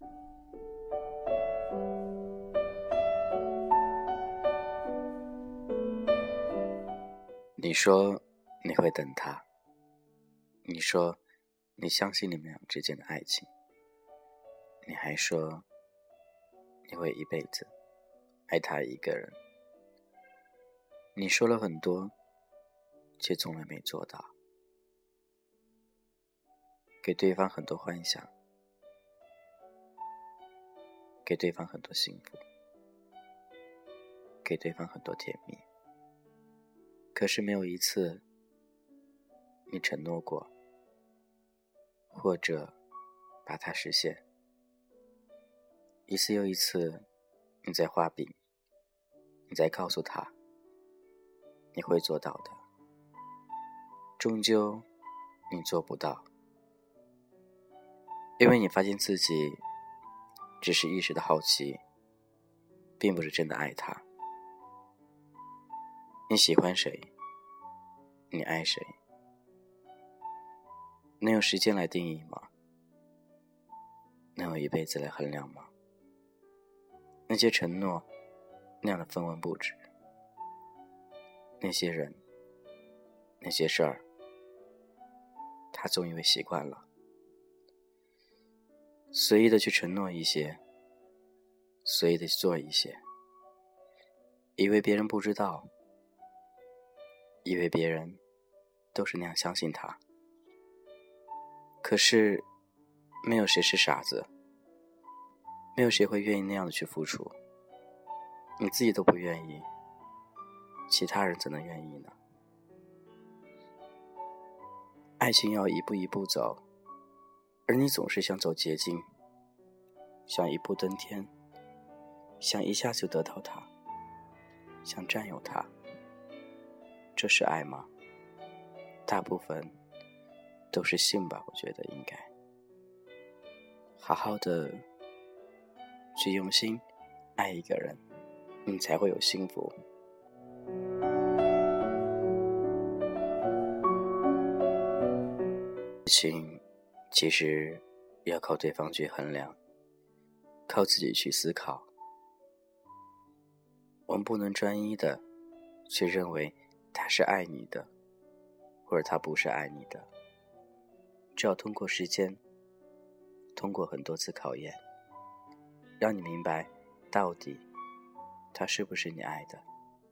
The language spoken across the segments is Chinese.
你说你会等他，你说你相信你们俩之间的爱情，你还说你会一辈子爱他一个人。你说了很多，却从来没做到。给对方很多幻想，给对方很多幸福，给对方很多甜蜜，可是没有一次你承诺过，或者把它实现。一次又一次你在画饼，你在告诉他你会做到的，终究你做不到，因为你发现自己只是一时的好奇，并不是真的爱他。你喜欢谁，你爱谁，能用时间来定义吗？能用一辈子来衡量吗？那些承诺那样的分文不值，那些人那些事儿，他总以为习惯了，随意的去承诺一些，随意的去做一些，以为别人不知道，以为别人都是那样相信他。可是没有谁是傻子，没有谁会愿意那样的去付出。你自己都不愿意，其他人怎能愿意呢？爱情要一步一步走，而你总是想走捷径，想一步登天，想一下就得到它，想占有它。这是爱吗？大部分都是性吧，我觉得应该好好的去用心爱一个人，你才会有幸福。爱情其实要靠对方去衡量，靠自己去思考。我们不能专一的去认为他是爱你的，或者他不是爱你的。只要通过时间，通过很多次考验，让你明白到底他是不是你爱的。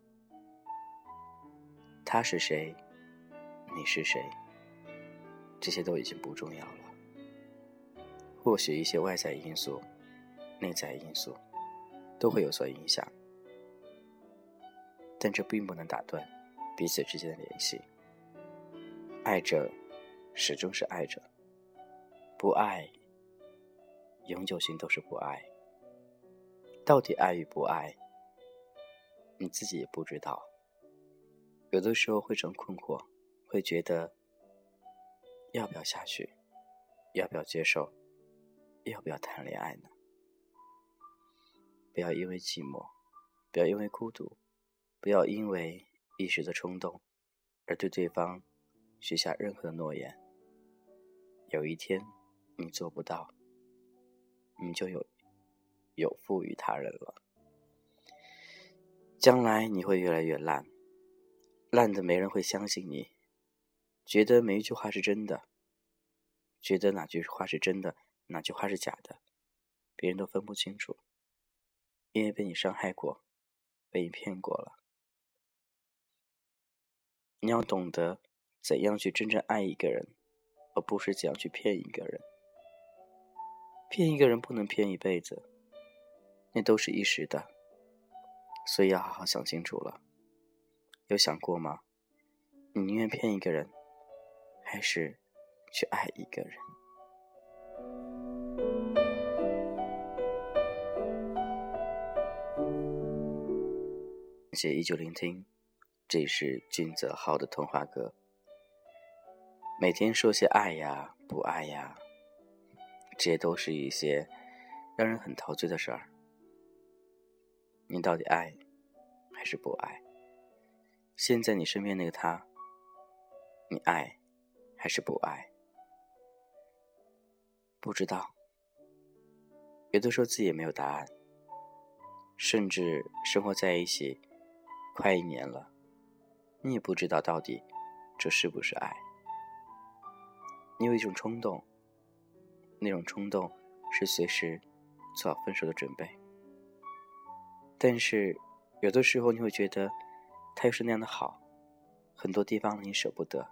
他是谁，你是谁，这些都已经不重要了。或许一些外在因素、内在因素都会有所影响，但这并不能打断彼此之间的联系。爱着始终是爱着，不爱永久性都是不爱。到底爱与不爱，你自己也不知道。有的时候会成困惑，会觉得要不要下去，要不要接受，要不要谈恋爱呢？不要因为寂寞，不要因为孤独，不要因为一时的冲动而对对方许下任何的诺言。有一天你做不到，你就有负于他人了。将来你会越来越烂，烂的没人会相信你，觉得每一句话是真的，觉得哪句话是真的，哪句话是假的，别人都分不清楚，因为被你伤害过，被你骗过了。你要懂得怎样去真正爱一个人，而不是怎样去骗一个人。骗一个人不能骗一辈子，那都是一时的，所以要好好想清楚了。有想过吗？你宁愿骗一个人，还是去爱一个人？感谢依旧聆听，这里是俊泽浩的童话歌。每天说些爱呀不爱呀，这些都是一些让人很陶醉的事儿。你到底爱还是不爱？现在你身边那个他，你爱还是不爱？不知道， 有的时候自己也没有答案，甚至生活在一起快1年了，你也不知道到底这是不是爱。你有一种冲动，那种冲动是随时做好分手的准备，但是有的时候你会觉得他又是那样的好，很多地方你舍不得。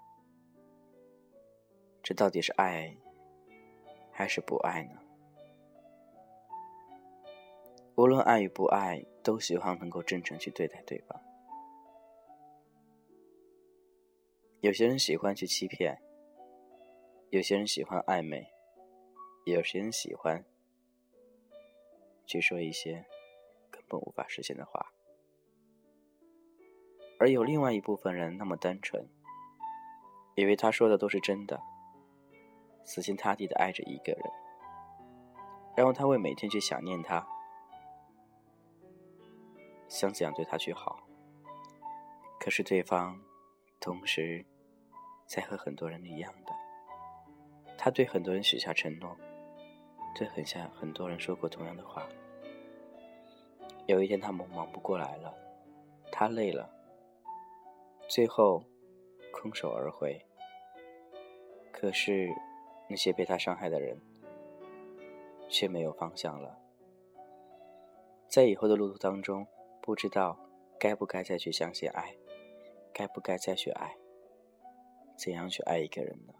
这到底是爱还是不爱呢？无论爱与不爱，都希望能够真诚去对待对方。有些人喜欢去欺骗，有些人喜欢暧昧，有些人喜欢去说一些根本无法实现的话，而有另外一部分人那么单纯，以为他说的都是真的，死心塌地地爱着一个人，然后他会每天去想念他，想怎样对他去好。可是对方同时在和很多人一样的，他对很多人许下承诺，对很多人说过同样的话。有一天他忙不过来了，他累了，最后空手而回。可是那些被他伤害的人却没有方向了，在以后的路途当中，不知道该不该再去相信爱，该不该再去爱，怎样去爱一个人呢？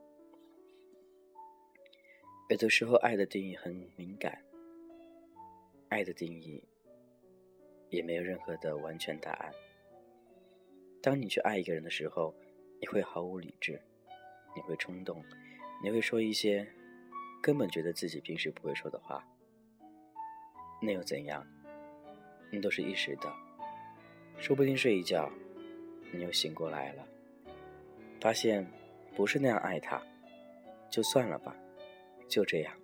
有的时候爱的定义很敏感，爱的定义也没有任何的完全答案。当你去爱一个人的时候，你会毫无理智，你会冲动，你会说一些根本觉得自己平时不会说的话。那又怎样？那都是一时的，说不定睡一觉你又醒过来了，发现不是那样爱他，就算了吧，就这样。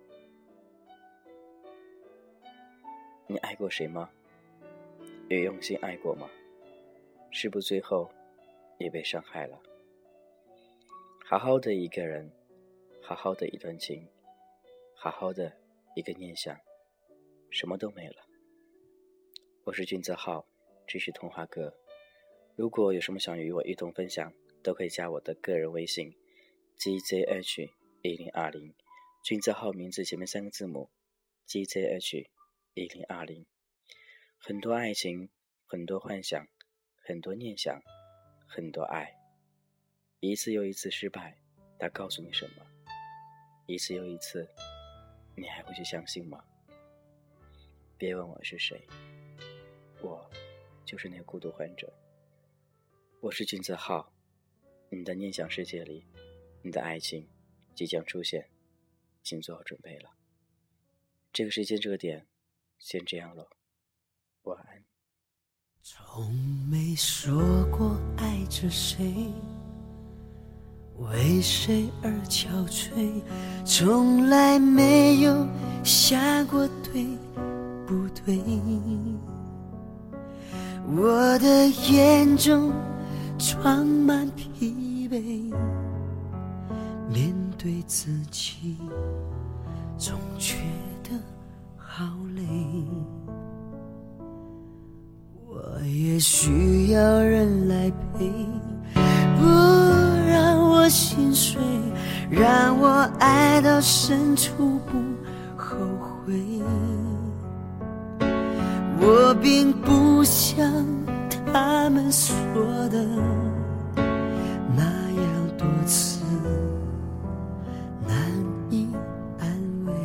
你爱过谁吗？也用心爱过吗？是不是最后也被伤害了？好好的一个人，好好的一段情，好好的一个念想，什么都没了。我是君子浩，这是童话哥。如果有什么想与我一同分享，都可以加我的个人微信 GZH1020， 君子浩名字前面3个字母 GZH1020。很多爱情，很多幻想，很多念想，很多爱。一次又一次失败，它告诉你什么？一次又一次，你还会去相信吗？别问我是谁，我就是那个孤独患者。我是君子浩，你的念想世界里，你的爱情即将出现，请做好准备了。这个时间这个点，先这样咯，晚安。 从没说过爱着谁，为谁而憔悴，从来没有想过对不对。我的眼中装满疲惫，面对自己总觉得好累。我也需要人来陪，不让我心碎，让我爱到深处不后悔。我并不像他们说的那样多次难以安慰，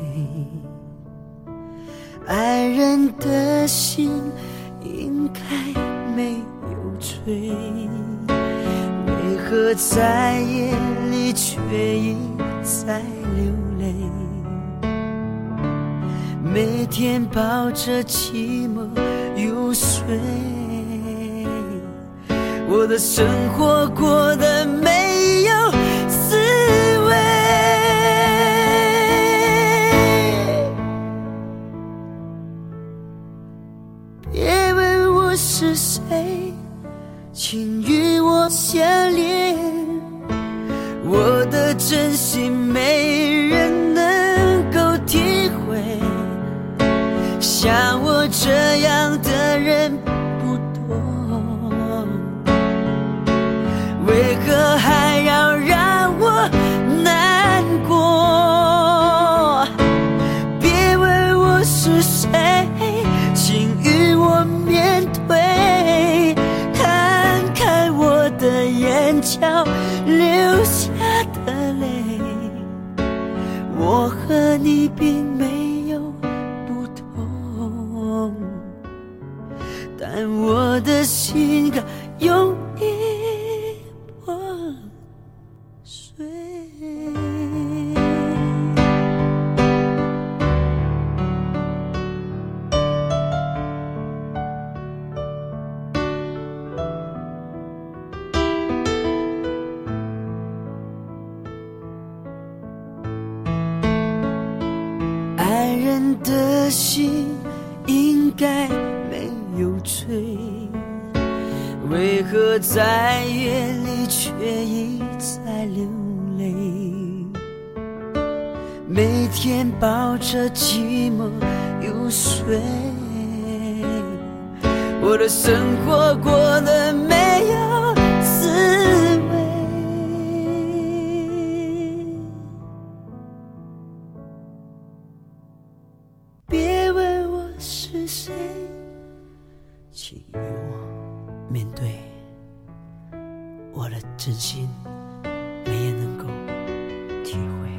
爱人的心应该没有罪，为何在夜里却一再流泪？每天抱着寂寞入睡，我的生活过得没有滋味。别问我是谁，请与我相恋，我的真心没人能够体会， 你并没有不同，但我的心更容易破碎。爱人的心应该没有罪，为何在夜里却一再流泪？每天抱着寂寞入睡，我的生活过得没有滋味。别问我是谁，请与我面对，我的真心没人能够体会。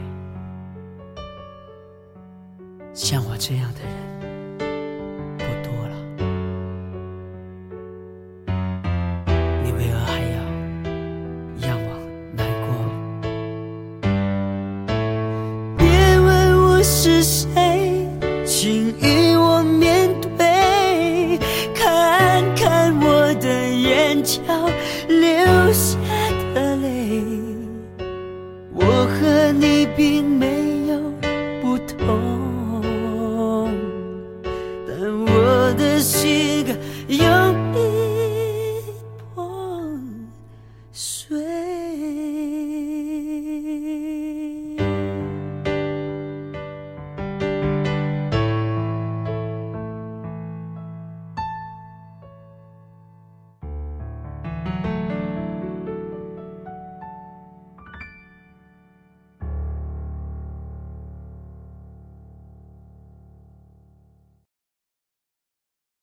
像我这样的人不多了，你为何还要让我难过？别问我是谁，请与我面对，看看我的眼角流下的泪。我和你并没有不同，但我的心更容易破碎。